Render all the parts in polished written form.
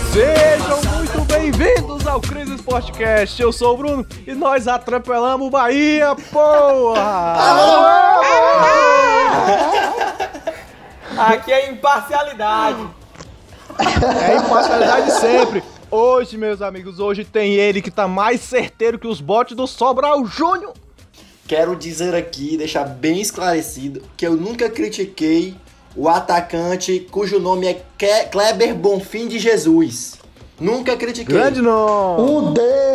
Sejam muito bem-vindos ao Crise Sportcast. Eu sou o Bruno e nós atropelamos o Bahia, porra! Aqui é imparcialidade. É imparcialidade sempre. Hoje, meus amigos, hoje tem ele que tá mais certeiro que os botes do Sobral Júnior. Quero dizer aqui, deixar bem esclarecido, que eu nunca critiquei o atacante cujo nome é Kleber Bonfim de Jesus. Nunca critiquei. Grande nome. Um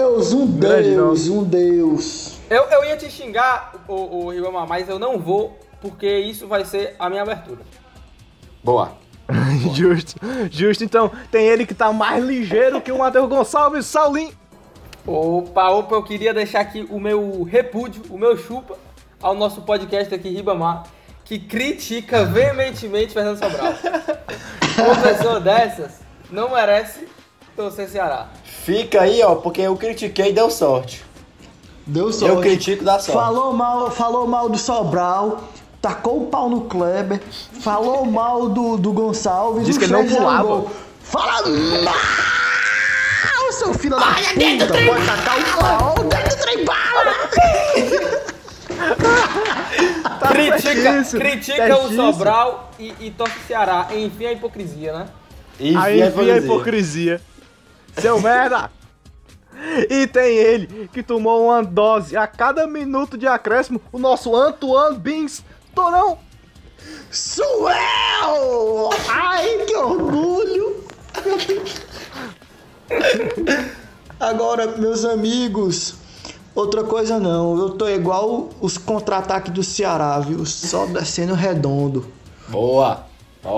Deus. Eu ia te xingar, o Ribamar, mas eu não vou, porque isso vai ser a minha abertura. Boa. Justo. Então, tem ele que tá mais ligeiro que o Matheus Gonçalves, Saulinho. Opa, eu queria deixar aqui o meu repúdio, o meu chupa ao nosso podcast aqui, Ribamar, que critica veementemente Fernando Sobral. Uma pessoa dessas não merece torcer Ceará. Fica aí, ó, porque eu critiquei e deu sorte. Deu sorte. Eu critico da sorte. Falou mal do Sobral, tacou o pau no Kleber, falou mal do Gonçalves. Disse que ele não pulava. Fala mal, seu filho da puta, pode tacar o pau dentro do trem bala. Critica o Sobral e torce Ceará. Enfim, a hipocrisia, né? Aí enfim a hipocrisia. Seu merda! E tem ele que tomou uma dose a cada minuto de acréscimo, o nosso Antoine Bins Torão. Suel! Ai, que orgulho! Agora, meus amigos, outra coisa não, eu tô igual os contra-ataques do Ceará, viu? Só descendo redondo. Boa.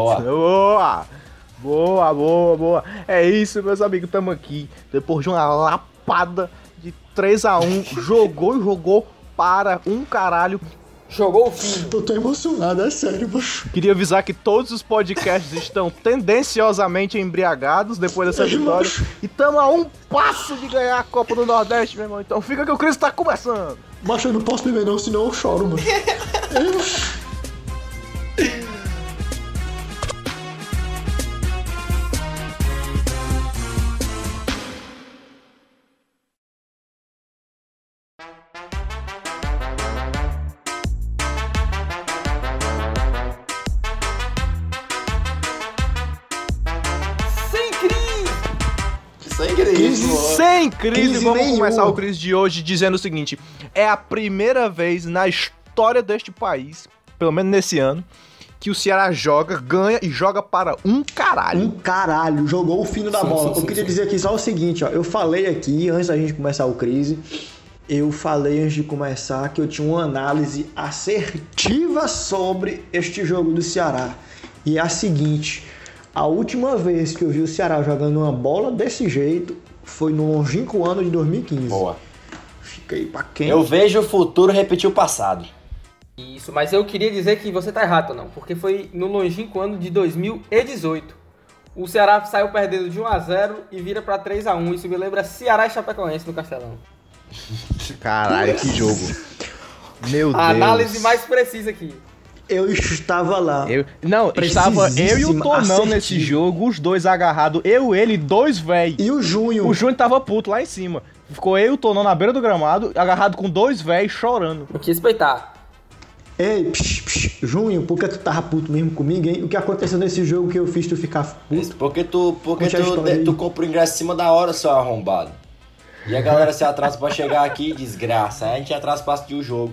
Boa. É isso, meus amigos, tamo aqui. Depois de uma lapada de 3-1, jogou para um caralho. Jogou o fim. Eu tô emocionado, é sério, macho. Queria avisar que todos os podcasts estão tendenciosamente embriagados depois dessa vitória. E tamo a um passo de ganhar a Copa do Nordeste, meu irmão. Então fica que o Cris tá começando. Macho, eu não posso beber não, senão eu choro, mano. Sem crise, vamos nenhuma. começar o Crise de hoje dizendo o seguinte: é a primeira vez na história deste país, pelo menos nesse ano, que o Ceará ganha e joga para um caralho. Um caralho, jogou o fino da bola. Eu queria dizer aqui só o seguinte, ó. Eu falei aqui, antes da gente começar o Crise, que eu tinha uma análise assertiva sobre este jogo do Ceará. E é a seguinte: a última vez que eu vi o Ceará jogando uma bola desse jeito foi no longínquo ano de 2015. Boa. Fica aí pra quem? Eu vejo o futuro repetir o passado. Isso, mas eu queria dizer que você tá errado, não, porque foi no longínquo ano de 2018. O Ceará saiu perdendo de 1-0 e vira pra 3-1. Isso me lembra Ceará e Chapecoense no Castelão. Caralho, que jogo. Meu Deus. A análise mais precisa aqui. Eu estava lá. Estava eu e o Tonão assertivo. nesse jogo, os dois agarrados, ele, dois véi. E o Júnior. O Júnior tava puto lá em cima. Ficou eu e o Tonão na beira do gramado, agarrado com dois véis chorando. Tem que respeitar. Ei, Júnior, por que tu tava puto mesmo comigo, hein? O que aconteceu nesse jogo que eu fiz tu ficar puto? Porque tu comprou o ingresso em cima da hora, seu arrombado. E a galera se atrasa pra chegar aqui, desgraça. Aí a gente atrasa pra assistir o jogo.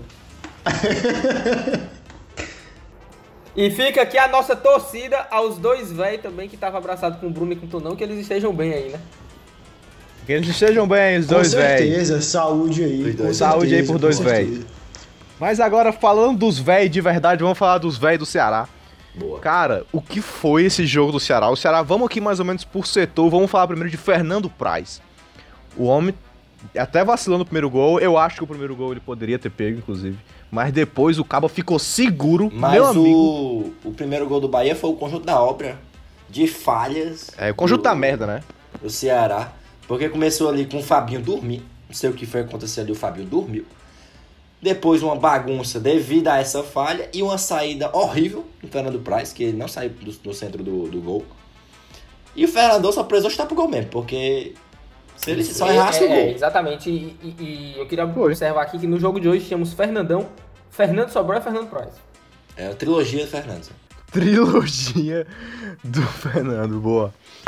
E fica aqui a nossa torcida aos dois velhos também que estavam abraçados com o Bruno e com o Tonão, que eles estejam bem aí, né? Que eles estejam bem, os dois velhos. Com certeza, saúde aí. Saúde aí por dois velhos. Mas agora, falando dos velhos de verdade, vamos falar dos velhos do Ceará. Boa. Cara, o que foi esse jogo do Ceará? O Ceará, vamos aqui mais ou menos por setor, vamos falar primeiro de Fernando Praz. O homem até vacilou no primeiro gol, eu acho que o primeiro gol ele poderia ter pego, inclusive. Mas depois o Cabo ficou seguro, meu amigo. O primeiro gol do Bahia foi o conjunto da obra de falhas. É, o conjunto da merda, né? O Ceará. Porque começou ali com o Fabinho dormir. Não sei o que foi acontecer ali, o Fabinho dormiu. Depois uma bagunça devido a essa falha e uma saída horrível do Fernando Praz, que ele não saiu do centro do gol. E o Fernandão só precisou chutar pro gol mesmo, porque se ele só errasse o gol. Exatamente. E eu queria observar aqui que no jogo de hoje tínhamos Fernandão, Fernando Sobral e Fernando Praz. É a trilogia do Fernando. Trilogia do Fernando, boa.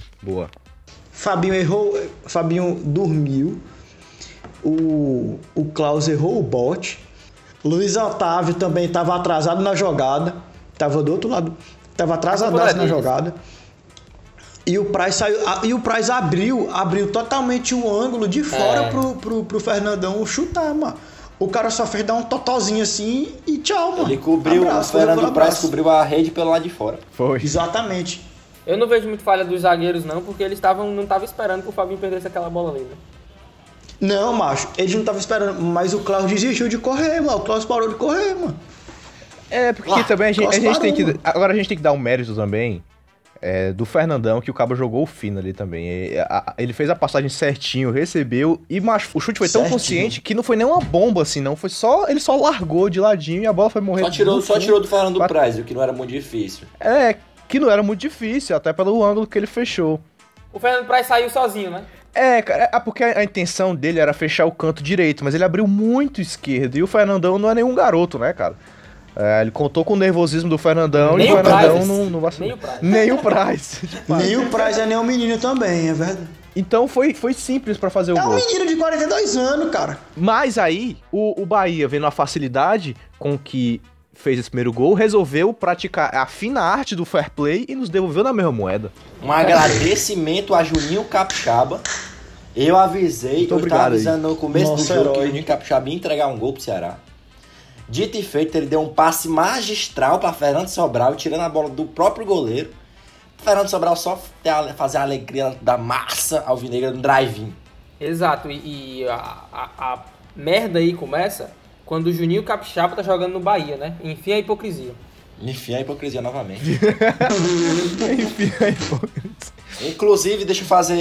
Fabinho errou, Fabinho dormiu, o Klaus errou o bote, Luiz Otávio também estava atrasado na jogada, estava do outro lado, estava atrasadaço na jogada. E o Praz saiu, e o Praz abriu totalmente o ângulo de fora pro Fernandão chutar, mano. O cara só fez dar um totalzinho assim e tchau, mano. Ele cobriu, o Fernando Praz cobriu a rede pelo lado de fora. Foi. Exatamente. Eu não vejo muito falha dos zagueiros não, porque eles não estavam esperando que o Fabinho perdesse aquela bola ali, né? Não, macho, eles não estavam esperando, mas o Klaus desistiu de correr, mano. O Klaus parou de correr, mano. É, porque também a gente tem que... Agora a gente tem que dar um mérito também do Fernandão, que o cabo jogou fino ali também. Ele fez a passagem certinho, recebeu, e macho, o chute foi tão consciente que não foi nem uma bomba assim, não. Foi só... Ele só largou de ladinho e a bola foi morrer. Só tirou do Fernando Praz, o que não era muito difícil. Que não era muito difícil, até pelo ângulo que ele fechou. O Fernando Praz saiu sozinho, né? Cara, porque a intenção dele era fechar o canto direito, mas ele abriu muito esquerdo, e o Fernandão não é nenhum garoto, né, cara? Ele contou com o nervosismo do Fernandão e o Fernandão não vacilou. Nem o Praz. Nem o Praz é nem um menino também, é verdade. Então foi simples pra fazer o gol. É um menino de 42 anos, cara. Mas aí, o Bahia, vendo a facilidade com que fez esse primeiro gol, resolveu praticar a fina arte do fair play e nos devolveu na mesma moeda. Um agradecimento a Juninho Capixaba. Eu avisei, eu estava avisando no começo do jogo que o Juninho Capixaba ia entregar um gol pro Ceará. Dito e feito, ele deu um passe magistral para Fernando Sobral, tirando a bola do próprio goleiro. Fernando Sobral só fazer a alegria da massa alvinegra no drive-in. Exato, e a merda aí começa quando o Juninho Capixaba tá jogando no Bahia, né? Enfim, a hipocrisia. Enfim, a hipocrisia novamente. Enfim, a hipocrisia. Inclusive, deixa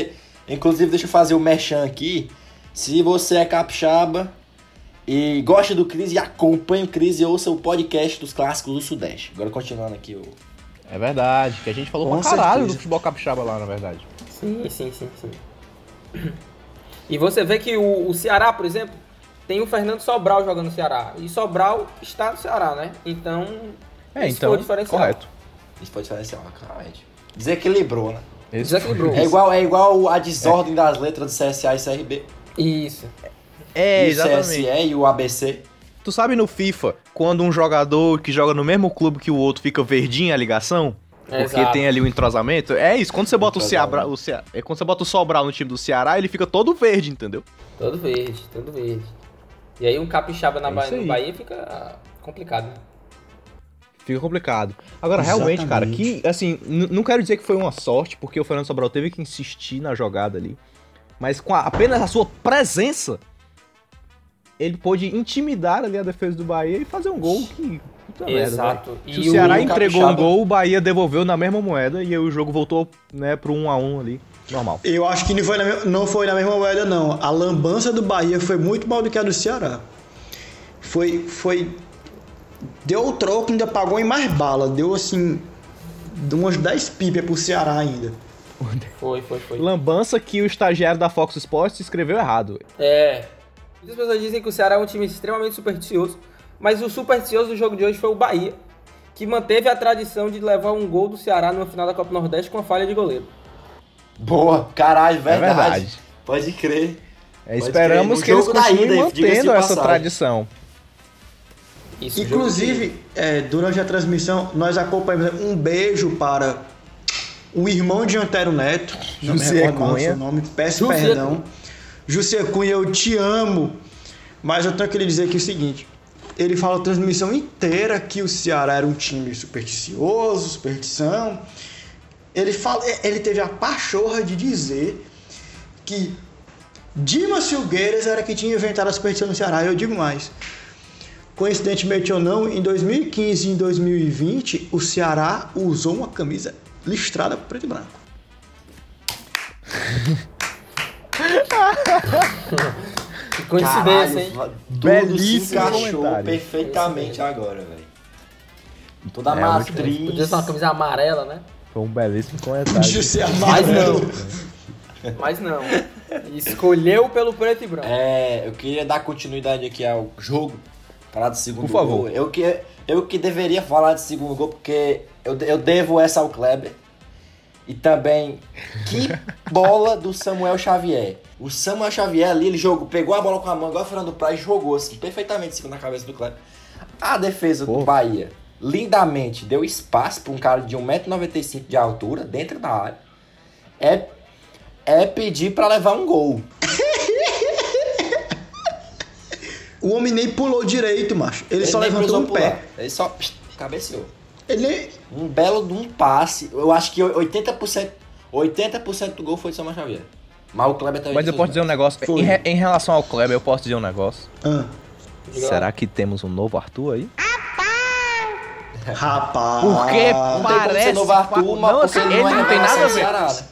eu fazer o merchan aqui. Se você é capixaba e gosta do Cris e acompanha o Cris e ouça o podcast dos clássicos do Sudeste. Agora continuando aqui o... É verdade, que a gente falou pra caralho do futebol capixaba lá, na verdade. Sim. E você vê que o Ceará, por exemplo, tem o Fernando Sobral jogando no Ceará. E Sobral está no Ceará, né? Então, isso foi o diferencial. Correto. Isso foi o diferencial, claramente. Desequilibrou, né? Desequilibrou. É igual a desordem das letras do CSA e CRB. Isso. E exatamente. O CSE e o ABC. Tu sabe no FIFA, quando um jogador que joga no mesmo clube que o outro fica verdinho a ligação? Porque tem ali o entrosamento? É isso, quando você bota quando você bota o Sobral no time do Ceará, ele fica todo verde, entendeu? Todo verde. E aí um capixaba no Bahia fica complicado, né? Fica complicado. Agora, realmente, cara, que, assim, não quero dizer que foi uma sorte, porque o Fernando Sobral teve que insistir na jogada ali, mas com apenas a sua presença, ele pôde intimidar ali a defesa do Bahia e fazer um gol que... Exato. Merda, se o Ceará entregou um gol, o Bahia devolveu na mesma moeda e aí o jogo voltou, né, pro 1-1 ali, normal. Eu acho que não foi na mesma moeda, não. A lambança do Bahia foi muito maior do que a do Ceará. Deu o troco, ainda pagou em mais bala. Deu, assim, umas 10 pipas pro Ceará ainda. Foi. Lambança que o estagiário da Fox Sports escreveu errado. Muitas pessoas dizem que o Ceará é um time extremamente supersticioso, mas o supersticioso do jogo de hoje foi o Bahia, que manteve a tradição de levar um gol do Ceará no final da Copa Nordeste com a falha de goleiro. Boa, caralho, verdade. É verdade. Pode crer. Esperamos que eles continuem mantendo essa tradição. Isso, inclusive, durante a transmissão, nós acompanhamos um beijo para o irmão de Antero Neto, José Cunha. Seu nome, peço perdão. José Cunha, eu te amo, mas eu tenho que lhe dizer aqui o seguinte, ele fala a transmissão inteira que o Ceará era um time supersticioso, superstição. Ele teve a pachorra de dizer que Dimas Filgueiras era que tinha inventado a superstição no Ceará. Eu digo mais. Coincidentemente ou não, em 2015 e em 2020, o Ceará usou uma camisa listrada preto e branco. Que coincidência, hein? Tudo se encaixou perfeitamente agora, velho. Toda a matriz. Podia ser uma camisa amarela, né? Foi um belíssimo comentário. Disse amarelo. Mas não. Escolheu pelo preto e branco. Eu queria dar continuidade aqui ao jogo. Falar do segundo Por favor. gol. Eu que deveria falar do segundo gol, porque eu devo essa ao Kleber. E também, que bola do Samuel Xavier. O Samuel Xavier ali, ele pegou a bola com a mão, igual o Fernando Praz, jogou assim, perfeitamente em cima da cabeça do Kleber. A defesa do Bahia, lindamente, deu espaço para um cara de 1,95 m de altura, dentro da área. É pedir para levar um gol. O homem nem pulou direito, macho. Ele só levantou um pé. Ele só cabeceou. Ele... Um belo de um passe. Eu acho que 80% do gol foi de Samuel Xavier. Mas o Kleber também. Mas eu posso dizer um negócio. Em relação ao Kleber, eu posso dizer um negócio. Será que temos um novo Arthur aí? Rapaz. Porque parece... Novo Arthur, não, assim, ele não tem nada a ver. Ceará, né?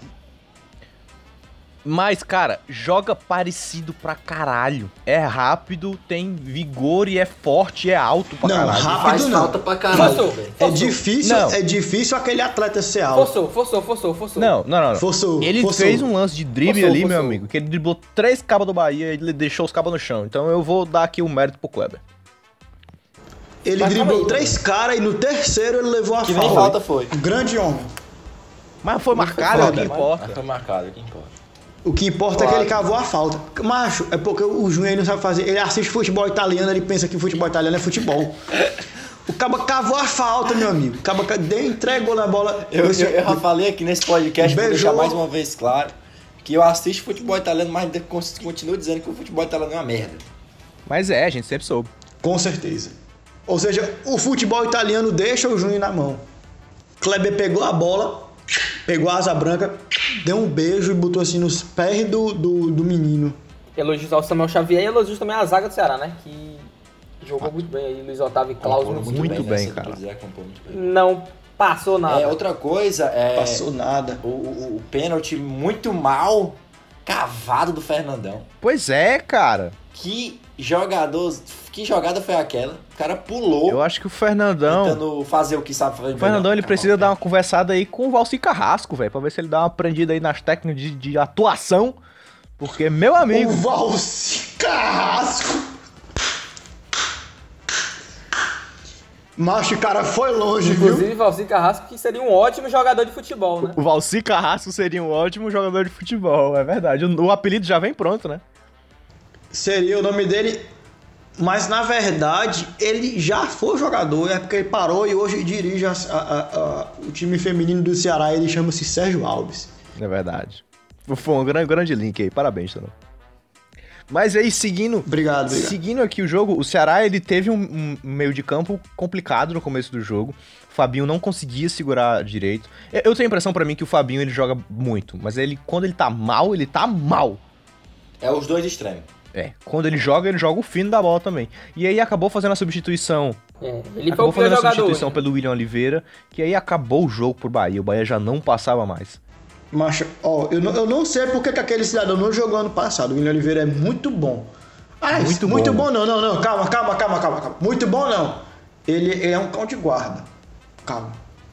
Mas, cara, joga parecido pra caralho. É rápido, tem vigor e é forte, é alto pra caralho. Não, rápido Faz não. falta pra caralho. É difícil aquele atleta ser alto. Forçou. Não. Forçou. Ele fez um lance de drible ali, meu amigo, que ele driblou 3 cabas do Bahia e ele deixou os cabas no chão. Então eu vou dar aqui o mérito pro Kleber. Ele driblou 3 caras e no terceiro ele levou a falta. Que nem falta foi. Grande homem. Mas foi marcado, é o que importa. Foi marcado, é o que importa. O que importa é que ele cavou a falta. Macho, é porque o Júnior não sabe fazer. Ele assiste futebol italiano, ele pensa que futebol italiano é futebol. O cabo cavou a falta, meu amigo. O cabo entregou na bola. Eu já falei aqui nesse podcast, vou deixar mais uma vez claro, que eu assisto futebol italiano, mas continuo dizendo que o futebol italiano é uma merda. Mas a gente sempre soube. Com certeza. Ou seja, o futebol italiano deixa o Júnior na mão. Kleber pegou a bola, pegou a asa branca, deu um beijo e botou assim nos pés do menino. Elogios ao Samuel Xavier e elogios também à zaga do Ceará, né? Que jogou muito bem aí, Luiz Otávio e Klaus. Muito bem, cara. Não passou nada. Outra coisa Passou nada. O pênalti muito mal cavado do Fernandão. Pois é, cara. Que jogada foi aquela? O cara pulou. Eu acho que o Fernandão... Tentando fazer o que sabe fazer. O Fernandão, ele precisa dar uma conversada aí com o Valci Carrasco, velho, pra ver se ele dá uma aprendida aí nas técnicas de atuação. Porque, meu amigo... O Valci Carrasco! Macho, o cara foi longe, Inclusive, viu? Valci Carrasco, que seria um ótimo jogador de futebol, né? O Valci Carrasco seria um ótimo jogador de futebol, é verdade. O apelido já vem pronto, né? Seria o nome dele... Mas, na verdade, ele já foi jogador, é porque ele parou e hoje dirige o time feminino do Ceará, ele chama-se Sérgio Alves. É verdade. Foi um grande link aí, parabéns, Tano. Mas aí, Obrigado. Seguindo aqui o jogo, o Ceará, ele teve um meio de campo complicado no começo do jogo. O Fabinho não conseguia segurar direito. Eu tenho a impressão pra mim que o Fabinho, ele joga muito, mas quando ele tá mal, ele tá mal. É os dois extremos. Quando ele joga o fino da bola também. E aí acabou fazendo a substituição. Ele foi o pior jogador. Pelo William Oliveira, que aí acabou o jogo pro Bahia. O Bahia já não passava mais. Macho, eu não sei porque que aquele cidadão não jogou ano passado. O William Oliveira é muito bom. Muito bom não. Calma. Muito bom não. Ele é um cão de guarda. Calma.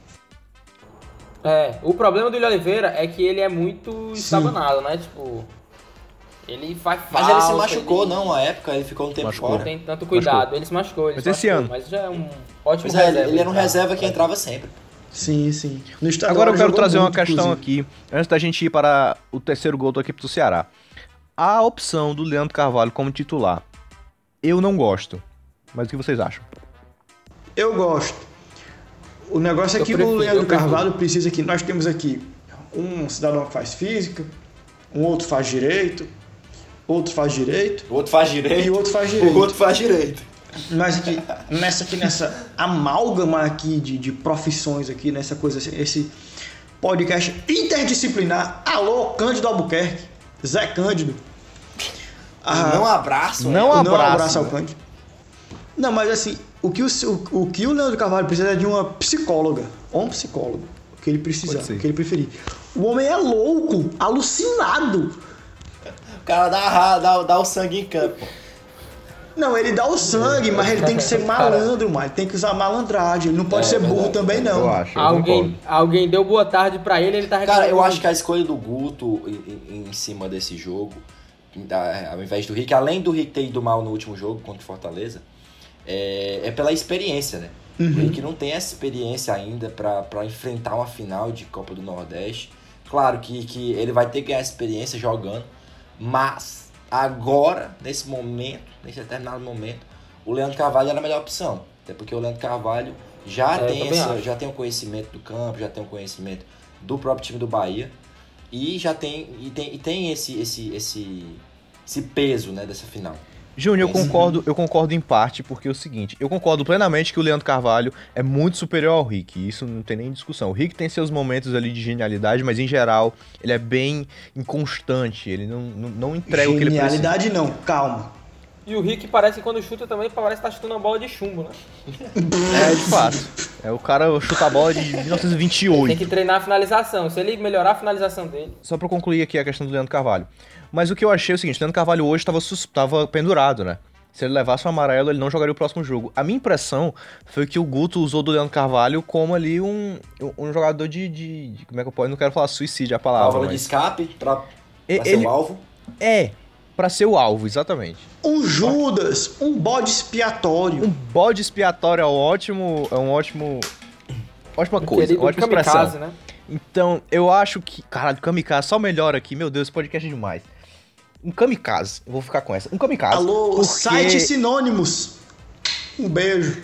O problema do William Oliveira é que ele é muito estabanado, né? Tipo... Ele faz falta. Mas ele se machucou, não, a época, ele ficou um tempo fora. Não tem tanto cuidado, ele se machucou. Mas esse ano. Mas já é um ótimo reserva. Ele era um reserva que entrava sempre. Sim. Agora eu quero trazer uma questão aqui, antes da gente ir para o terceiro gol da equipe do Ceará. A opção do Leandro Carvalho como titular, eu não gosto. Mas o que vocês acham? Eu gosto. O negócio é que o Leandro Carvalho precisa que nós temos aqui um cidadão que faz física, um outro faz direito, outro faz direito. O outro faz direito. E o outro faz direito. O outro faz direito. Mas aqui, nessa amálgama aqui de profissões aqui, nessa coisa, esse podcast interdisciplinar. Alô, Cândido Albuquerque, Zé Cândido. Não abraço. Não abraço ao Cândido. Não, mas assim, o que o Leandro Carvalho precisa é de uma psicóloga, ou um psicólogo, o que ele precisa, o que ele preferir. O homem é louco, alucinado. O cara dá o sangue em campo. Não, ele dá o sangue, mas ele tem que ser malandro, mano. Ele tem que usar malandragem. Ele não pode ser burro também, não. Eu acho. Alguém deu boa tarde pra ele tá reclamando. Cara, eu acho que a escolha do Guto em cima desse jogo, ao invés do Rick, além do Rick ter ido mal no último jogo contra o Fortaleza, é pela experiência, né? O Rick não tem essa experiência ainda pra enfrentar uma final de Copa do Nordeste. Claro que ele vai ter que ganhar experiência jogando, mas agora, nesse determinado momento, o Leandro Carvalho era a melhor opção. Até porque o Leandro Carvalho já tem o conhecimento do campo, já tem o conhecimento do próprio time do Bahia e já tem esse peso, né, dessa final. Júnior, eu concordo em parte, porque é o seguinte, eu concordo plenamente que o Leandro Carvalho é muito superior ao Rick, isso não tem nem discussão. O Rick tem seus momentos ali de genialidade, mas em geral ele é bem inconstante, ele não entrega o que ele precisa. Genialidade não, calma. E o Rick parece que quando chuta também parece que tá chutando uma bola de chumbo, né? De fato. O cara chuta a bola de 1928. Tem que treinar a finalização, se ele melhorar a finalização dele. Só pra concluir aqui a questão do Leandro Carvalho. Mas o que eu achei é o seguinte, o Leandro Carvalho hoje tava pendurado, né? Se ele levasse o amarelo, ele não jogaria o próximo jogo. A minha impressão foi que o Guto usou do Leandro Carvalho como ali um jogador de como é que eu posso? Eu não quero falar suicídio a palavra. Válvula de escape pra ser o alvo? Pra ser o alvo, exatamente. Um Judas, um bode expiatório. Um bode expiatório é uma ótima coisa, uma ótima expressão. Kamikaze, né? Então, eu acho que... Caralho, kamikaze, só melhor aqui. Meu Deus, esse podcast é demais. Um kamikaze, eu vou ficar com essa. Um kamikaze. Alô, porque... site Sinônimos. Um beijo.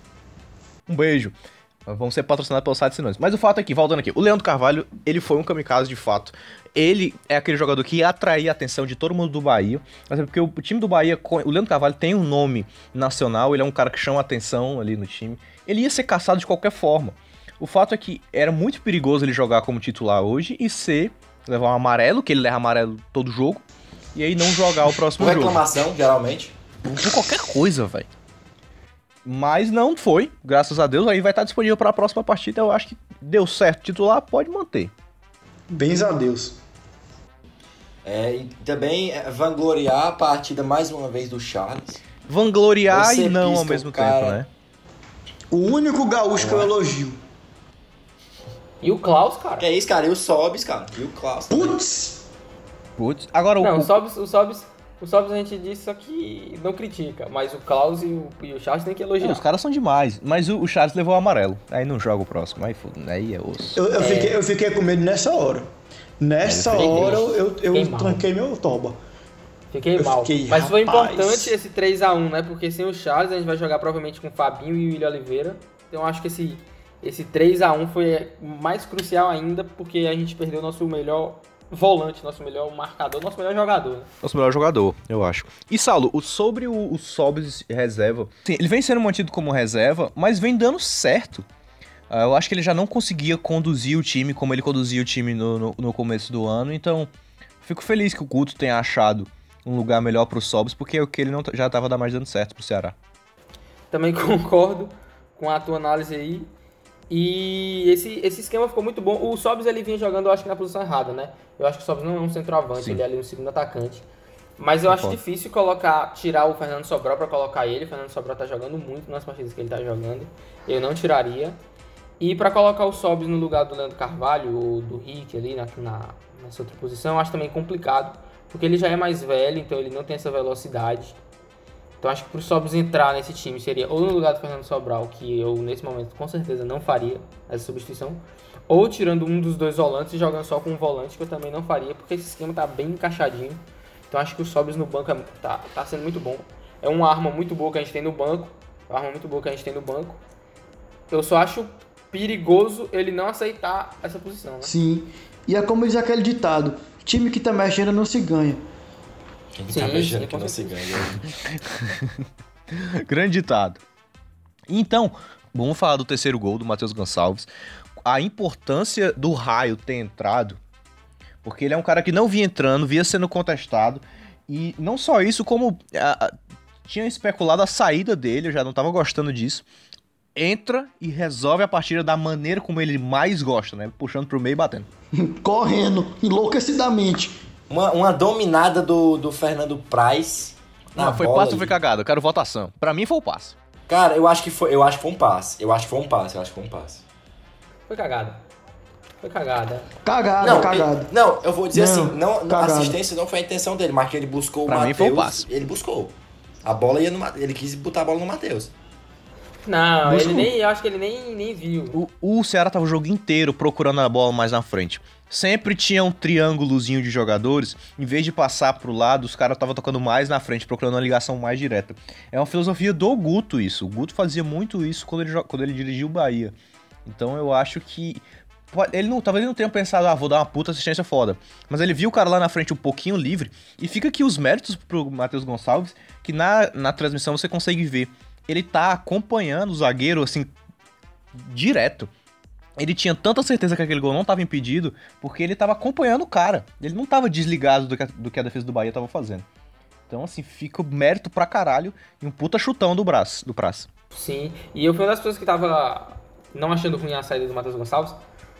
Um beijo. Vamos ser patrocinados pelo site Sinônimos. Mas o fato é que, voltando aqui, o Leandro Carvalho, ele foi um kamikaze de fato. Ele é aquele jogador que ia atrair a atenção de todo mundo do Bahia. Mas é porque o time do Bahia, o Leandro Carvalho tem um nome nacional, ele é um cara que chama a atenção ali no time. Ele ia ser caçado de qualquer forma. O fato é que era muito perigoso ele jogar como titular hoje e levar um amarelo, que ele leva amarelo todo jogo, e aí não jogar o próximo jogo. Por reclamação, geralmente. Por qualquer coisa, velho. Mas não foi, graças a Deus, aí vai estar disponível para a próxima partida. Eu acho que deu certo, titular pode manter. Bens a Deus. E também vangloriar a partida mais uma vez do Charles. Vangloriar e não ao mesmo tempo, né? O único gaúcho que eu elogio. E o Klaus, cara? Que é isso, cara? E o Sobis, cara? E o Klaus? Putz! Agora não, o Sobis a gente disse, só que não critica. Mas o Klaus e o Charles tem que elogiar. Os caras são demais. Mas o Charles levou o amarelo. Aí não joga o próximo. Aí é osso. Eu fiquei com medo nessa hora. Nessa hora eu tranquei meu toba. Fiquei mal. Mas foi importante esse 3x1, né? Porque sem o Charles a gente vai jogar provavelmente com o Fabinho e o William Oliveira. Então eu acho que esse 3x1 foi mais crucial ainda, porque a gente perdeu nosso melhor volante, nosso melhor marcador, nosso melhor jogador. Né? Nosso melhor jogador, eu acho. E Saulo, sobre o Sobis reserva, sim, ele vem sendo mantido como reserva, mas vem dando certo. Eu acho que ele já não conseguia conduzir o time como ele conduzia o time no começo do ano, então fico feliz que o Guto tenha achado um lugar melhor pro Sobis, porque o que ele não já estava dando certo pro Ceará. Também concordo com a tua análise aí. E esse esquema ficou muito bom. O Sobis ele vinha jogando, eu acho que na posição errada, né? Eu acho que o Sobis não é um centroavante, Sim. Ele é ali um segundo atacante. Mas eu acho difícil tirar o Fernando Sobral pra colocar ele. O Fernando Sobral tá jogando muito nas partidas que ele tá jogando. Eu não tiraria. E pra colocar o Sobis no lugar do Leandro Carvalho, ou do Rick ali nessa outra posição, eu acho também complicado. Porque ele já é mais velho, então ele não tem essa velocidade. Então acho que pro Sobis entrar nesse time seria ou no lugar do Fernando Sobral, que eu nesse momento com certeza não faria essa substituição, ou tirando um dos dois volantes e jogando só com um volante, que eu também não faria, porque esse esquema tá bem encaixadinho. Então acho que o Sobis no banco tá sendo muito bom. É uma arma muito boa que a gente tem no banco. Eu só acho perigoso ele não aceitar essa posição, né? Sim, e é como diz aquele ditado, time que tá mexendo não se ganha. Tá mexendo que não se ganha. Grande ditado. Então, vamos falar do terceiro gol do Matheus Gonçalves. A importância do Raio ter entrado, porque ele é um cara que não vinha entrando, vinha sendo contestado, e não só isso, como tinha especulado a saída dele, eu já não tava gostando disso. Entra e resolve a partida da maneira como ele mais gosta, né? Puxando pro meio e batendo. Correndo, enlouquecidamente. Uma dominada do Fernando Praz, Não, foi passe ou foi cagada? Eu quero votação. Pra mim foi o passe. Cara, eu acho que foi um passe. Foi cagada. Cagada, cagada. Não, eu vou dizer Não, a assistência não foi a intenção dele, mas que ele buscou pra o mim foi o Matheus. passe. Ele buscou. A bola ia no Matheus. Ele quis botar a bola no Matheus. Não, eu acho que ele nem viu. O Ceará tava o jogo inteiro procurando a bola mais na frente. Sempre tinha um triângulozinho de jogadores, em vez de passar pro lado, os caras estavam tocando mais na frente, procurando uma ligação mais direta. É uma filosofia do Guto isso. O Guto fazia muito isso quando ele dirigiu o Bahia. Então eu acho que talvez ele não tenha pensado, vou dar uma puta assistência foda. Mas ele viu o cara lá na frente um pouquinho livre, e fica aqui os méritos pro Matheus Gonçalves, que na transmissão você consegue ver. Ele tá acompanhando o zagueiro, assim, direto. Ele tinha tanta certeza que aquele gol não tava impedido, porque ele tava acompanhando o cara. Ele não tava desligado do que a defesa do Bahia tava fazendo. Então, assim, fica mérito pra caralho e um puta chutão do Praça. Sim, e eu fui uma das pessoas que tava não achando ruim a saída do Matheus Gonçalves,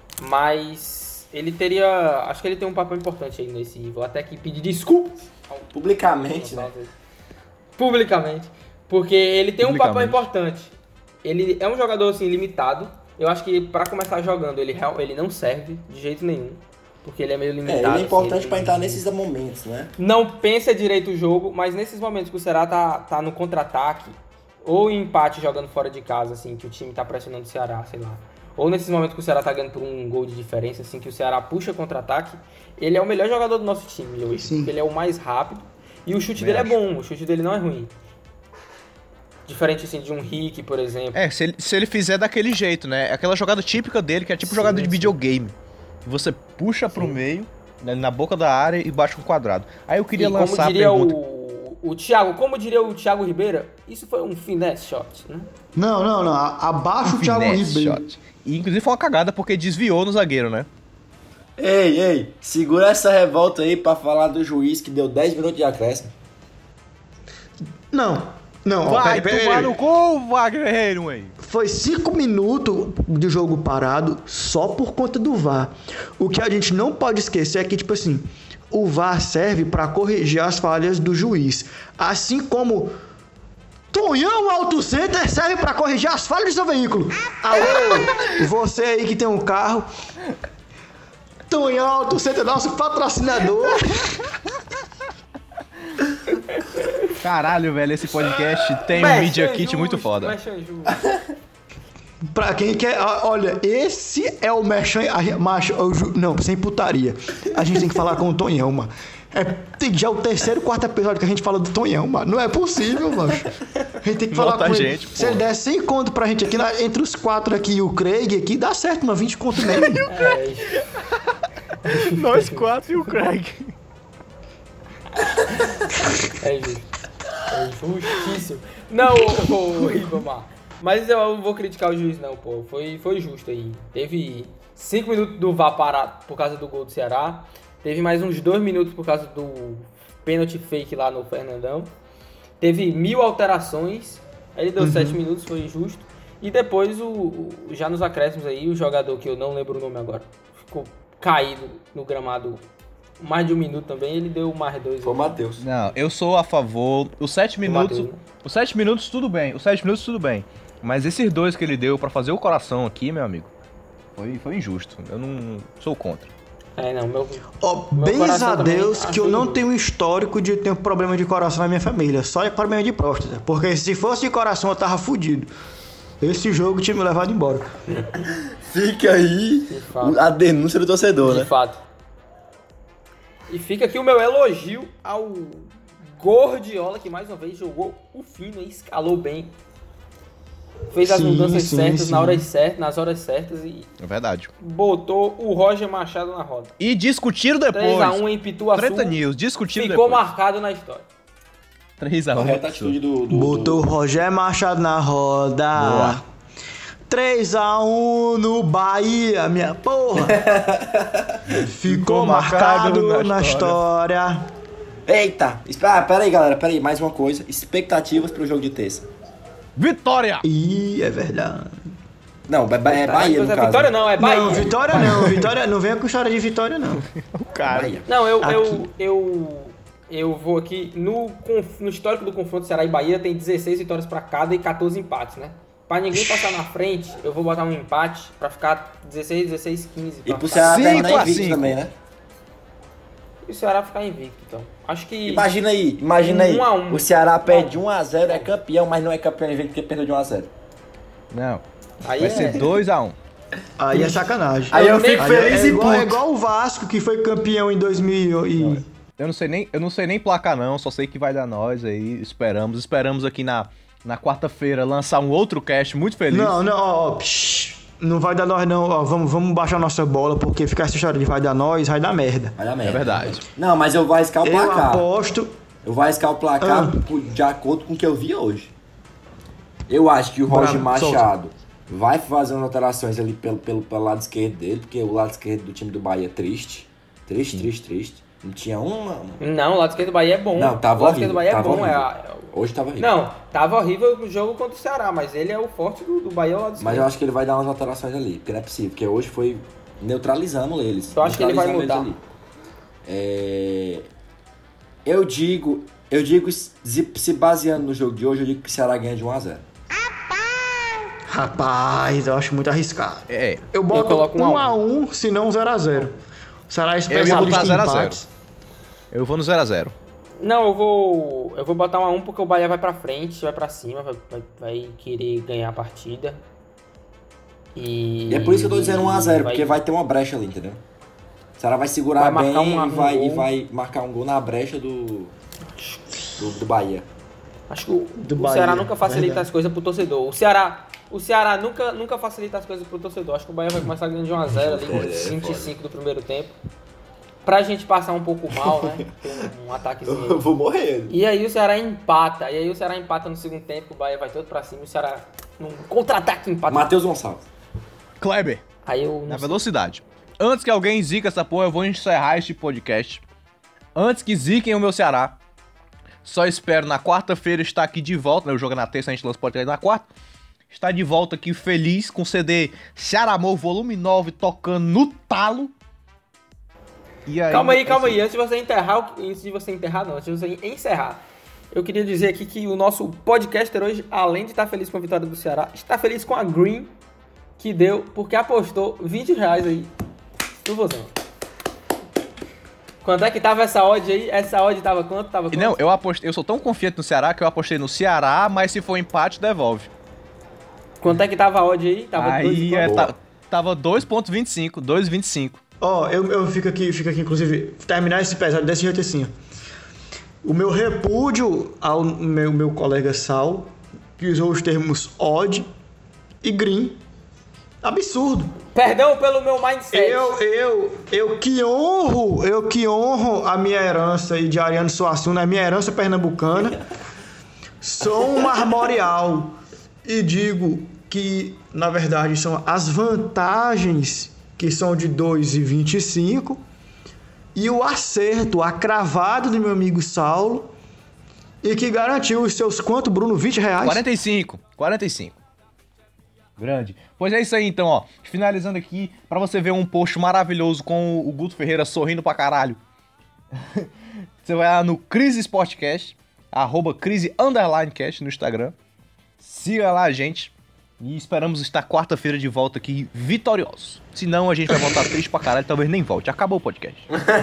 mas ele teria... Acho que ele tem um papel importante aí nesse... Vou até aqui pedir desculpas. Publicamente, né? Publicamente. Porque ele tem um papel importante. Ele é um jogador, assim, limitado. Eu acho que pra começar jogando, ele não serve de jeito nenhum. Porque ele é meio limitado. Ele é importante pra entrar nesses momentos, né? Não pensa direito o jogo, mas nesses momentos que o Ceará tá no contra-ataque, ou em empate jogando fora de casa, assim, que o time tá pressionando o Ceará, sei lá. Ou nesses momentos que o Ceará tá ganhando por um gol de diferença, assim, que o Ceará puxa contra-ataque, ele é o melhor jogador do nosso time hoje. Sim. Porque ele é o mais rápido. E o chute dele é bom, o chute dele não é ruim. Diferente, assim, de um Rick, por exemplo. Se ele fizer daquele jeito, né? Aquela jogada típica dele, que é tipo jogada de videogame. Você puxa pro meio, na boca da área e baixa um quadrado. Aí eu queria lançar como diria a pergunta... o Thiago, como diria o Thiago Ribeira, isso foi um finesse shot, né? Não. Abaixo o Thiago Ribeira. Shot. E inclusive foi uma cagada porque desviou no zagueiro, né? Ei, segura essa revolta aí pra falar do juiz que deu 10 minutos de acréscimo. Não, vai tomar no cu, Wagner aí. Foi 5 minutos de jogo parado só por conta do VAR. O que a gente não pode esquecer é que, tipo assim, o VAR serve para corrigir as falhas do juiz. Assim como Tonhão Auto Center serve para corrigir as falhas do seu veículo. Alô, você aí que tem um carro, Tonhão Auto Center é nosso patrocinador. Caralho, velho, esse podcast tem um Media Kit muito foda. Pra quem quer... Olha, esse é o Merchan... Não, sem putaria. A gente tem que falar com o Tonhão, mano. Já é o terceiro, quarto episódio que a gente fala do Tonhão, mano. Não é possível, mano. A gente tem que falar com ele. Se ele der 100 conto pra gente aqui, entre os 4 aqui e o Craig aqui, dá certo, mano. 20 conto mesmo. Nós 4 e o Craig. É justíssimo. Não, ô Ribamar. Mas eu não vou criticar o juiz, não, pô. Foi justo aí. Teve 5 minutos do VAR parado por causa do gol do Ceará. Teve mais uns 2 minutos por causa do pênalti fake lá no Fernandão. Teve 1000 alterações. Aí ele deu 7 minutos, foi justo. E depois, já nos acréscimos aí, o jogador que eu não lembro o nome agora, ficou caído no gramado mais de 1 minuto também, ele deu mais 2. Foi o Matheus. Não, eu sou a favor. Os 7 minutos. Mateus, né? Os 7 minutos tudo bem. Mas esses 2 que ele deu pra fazer o coração aqui, meu amigo, foi injusto. Eu não sou contra. Bens a Deus que eu não tenho histórico de ter um problema de coração na minha família. Só é problema de próstata. Porque se fosse de coração eu tava fudido. Esse jogo tinha me levado embora. Fica aí a denúncia do torcedor, né? De fato. E fica aqui o meu elogio ao Gordiola, que mais uma vez jogou o fino e escalou bem. Fez as mudanças certas nas horas certas e... É verdade. Botou o Roger Machado na roda. E discutiram depois. 3x1 em Pituaçu. Treta News, discutiram ficou depois. marcado na história. 3x1. Correta atitude do... Botou o Roger Machado na roda. Boa. 3x1 no Bahia, minha porra. Ficou marcado na história. Eita. Pera aí, galera. Mais uma coisa. Expectativas pro jogo de terça. Vitória! Ih, é verdade. Não, é Bahia, no caso. Vitória não, é Bahia. Não, Vitória não. Vitória não venha com história de Vitória, não. O cara. Bahia. Não, eu eu vou aqui no histórico do confronto Ceará e Bahia, tem 16 vitórias pra cada e 14 empates, né? Pra ninguém passar na frente, eu vou botar um empate pra ficar 16, 16, 15. E pro Ceará terminar invicto 5. também, né? E o Ceará ficar invicto, então. Acho que... Imagina aí. 1-1. O Ceará perde 1-0, é campeão, mas não é campeão invicto porque perdeu de 1-0. Não. Aí Vai ser 2-1. Aí é sacanagem. Aí eu fico feliz e puto. É igual o Vasco, que foi campeão em 2000 e... Eu não sei nem placar não, só sei que vai dar nós aí, esperamos aqui na quarta-feira lançar um outro cast muito feliz. Não vai dar nós não, ó, vamos baixar nossa bola, porque ficar essa história de vai dar nós, vai dar merda. Vai dar merda. É verdade. Não, mas eu vou arriscar o placar. Eu aposto... de acordo com o que eu vi hoje. Eu acho que o Roger Machado vai fazer umas alterações ali pelo lado esquerdo dele, porque o lado esquerdo do time do Bahia é triste. Triste. Não tinha uma... Não, o lado esquerdo do Bahia é bom. Não, tava o lado esquerdo do Bahia horrível. é bom. Hoje tava horrível. Não, tava horrível o jogo contra o Ceará, mas ele é o forte do Bahia ao lado esquerdo. Mas eu acho que ele vai dar umas alterações ali, porque não é possível, porque hoje foi neutralizando eles. Eu acho que ele vai mudar. Eu digo, se baseando no jogo de hoje, eu digo que o Ceará ganha de 1-0. Rapaz, eu acho muito arriscado. Eu coloco 1-1, se não 0-0. O Ceará é Eu ia botar especialista em empates. 0-0. Eu vou no 0-0. Não, eu vou botar 1-1 porque o Bahia vai pra frente, vai pra cima, vai querer ganhar a partida. E é por isso que eu tô dizendo 1-0, porque vai ter uma brecha ali, entendeu? O Ceará vai segurar vai bem e vai marcar um gol na brecha do Bahia. Acho que o Ceará nunca facilita as coisas pro torcedor. O Ceará nunca facilita as coisas pro torcedor. Acho que o Bahia vai começar ganhando de 1-0 ali, com 25 do primeiro tempo. Pra gente passar um pouco mal, né? Tem um ataquezinho. Eu vou morrer. E aí o Ceará empata. No segundo tempo, o Bahia vai todo pra cima e o Ceará num contra-ataque empata. Matheus Gonçalves. Kleber, Aí eu na velocidade. Antes que alguém zica essa porra, eu vou encerrar este podcast. Antes que ziquem o meu Ceará. Só espero na quarta-feira estar aqui de volta. O jogo é na terça, a gente lança o podcast na quarta. Está de volta aqui feliz com o CD Ceará Amor Volume 9 tocando no talo. E aí, calma aí. Antes de você encerrar, eu queria dizer aqui que o nosso podcaster hoje, além de estar feliz com a vitória do Ceará, está feliz com a Green que deu, porque apostou R$20 aí no Vozão. Quanto é que tava essa odd aí? Essa odd tava quanto? Não, eu sou tão confiante no Ceará que eu apostei no Ceará, mas se for empate, devolve. Quanto é que tava a odd aí? Tava 2.25, 2.25. Eu fico aqui, inclusive, terminar esse episódio desse jeito assim. O meu repúdio ao meu colega Saulo, que usou os termos odd e green. Absurdo. Perdão pelo meu mindset. Eu que honro a minha herança e de Ariano Suassuna, a minha herança pernambucana. Sou um armorial e digo que, na verdade, são as vantagens que são de 2,25 e o acerto, a cravada do meu amigo Saulo e que garantiu os seus quanto, Bruno? R$20? 45. Grande. Pois é isso aí então, ó. Finalizando aqui, pra você ver um post maravilhoso com o Guto Ferreira sorrindo pra caralho. Você vai lá no Crise Sportcast, @Crise_Cast no Instagram. Siga lá a gente. E esperamos estar quarta-feira de volta aqui vitoriosos. Senão a gente vai voltar triste pra caralho, talvez nem volte. Acabou o podcast.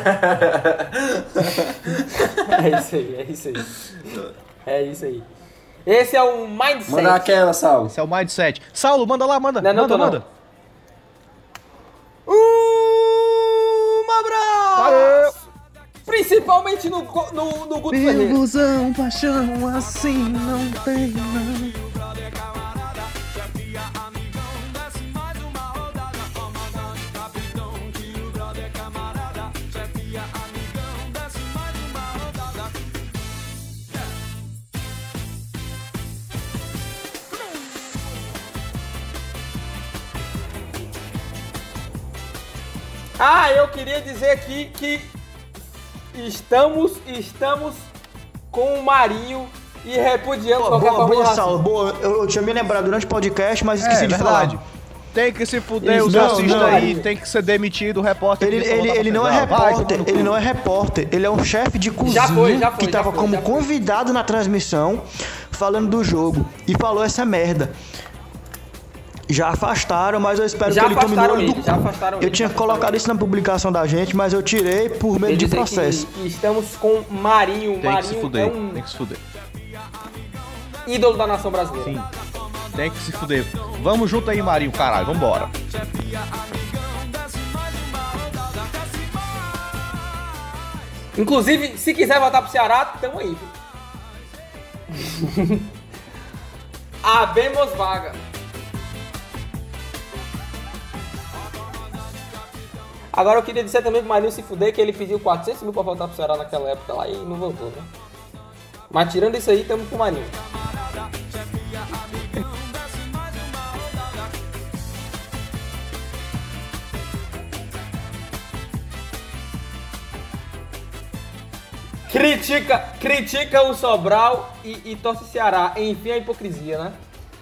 É isso aí. Esse é o Mindset. Manda aquela, Saulo. Esse é o Mindset. Saulo, manda lá, manda. Manda. Um abraço! Valeu! Principalmente no Guto Ferreira. Ilusão, paixão, assim não tem não. Eu queria dizer aqui que estamos com o Marinho e repudiamos qualquer forma de racismo. Saulo, boa. Eu tinha me lembrado durante o podcast, mas esqueci de falar. Tem que se fuder os racistas aí, tem que ser demitido o repórter. Ele não é repórter, ele não é repórter, ele é um chefe de cozinha que tava como convidado na transmissão falando do jogo e falou essa merda. Já afastaram, mas eu espero que ele tome no olho do cu. Eu tinha colocado isso na publicação da gente, mas eu tirei por medo de processo. Que estamos com Marinho. Tem que se fuder, tem que se fuder. Ídolo da nação brasileira. Sim, tem que se fuder. Vamos junto aí, Marinho, caralho, vambora. Inclusive, se quiser voltar pro Ceará, tamo aí. Abemos vaga. Agora eu queria dizer também pro Marinho se fuder que ele pediu 400 mil pra voltar pro Ceará naquela época lá e não voltou, né? Mas tirando isso aí, tamo com o Marinho. Critica o Sobral e torce o Ceará. Enfim, a hipocrisia, né?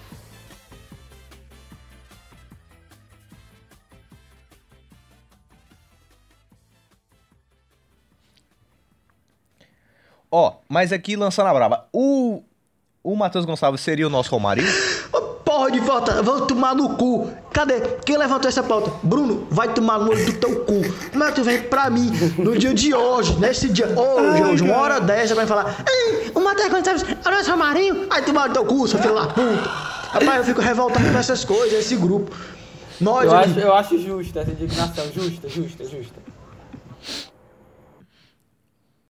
Mas aqui lançando a brava, o Matheus Gonçalves seria o nosso Romarinho? Porra de volta, vou tomar no cu. Cadê? Quem levantou essa pauta? Bruno, vai tomar no olho do teu cu. Mas tu vem pra mim, no dia de hoje, nesse dia, hoje, 1h10, vai falar: ei, o Matheus Gonçalves é o nosso Romarinho? Vai tomar no teu cu, seu filho da puta. Rapaz, eu fico revoltado com essas coisas, esse grupo. Eu acho justa essa indignação, justa.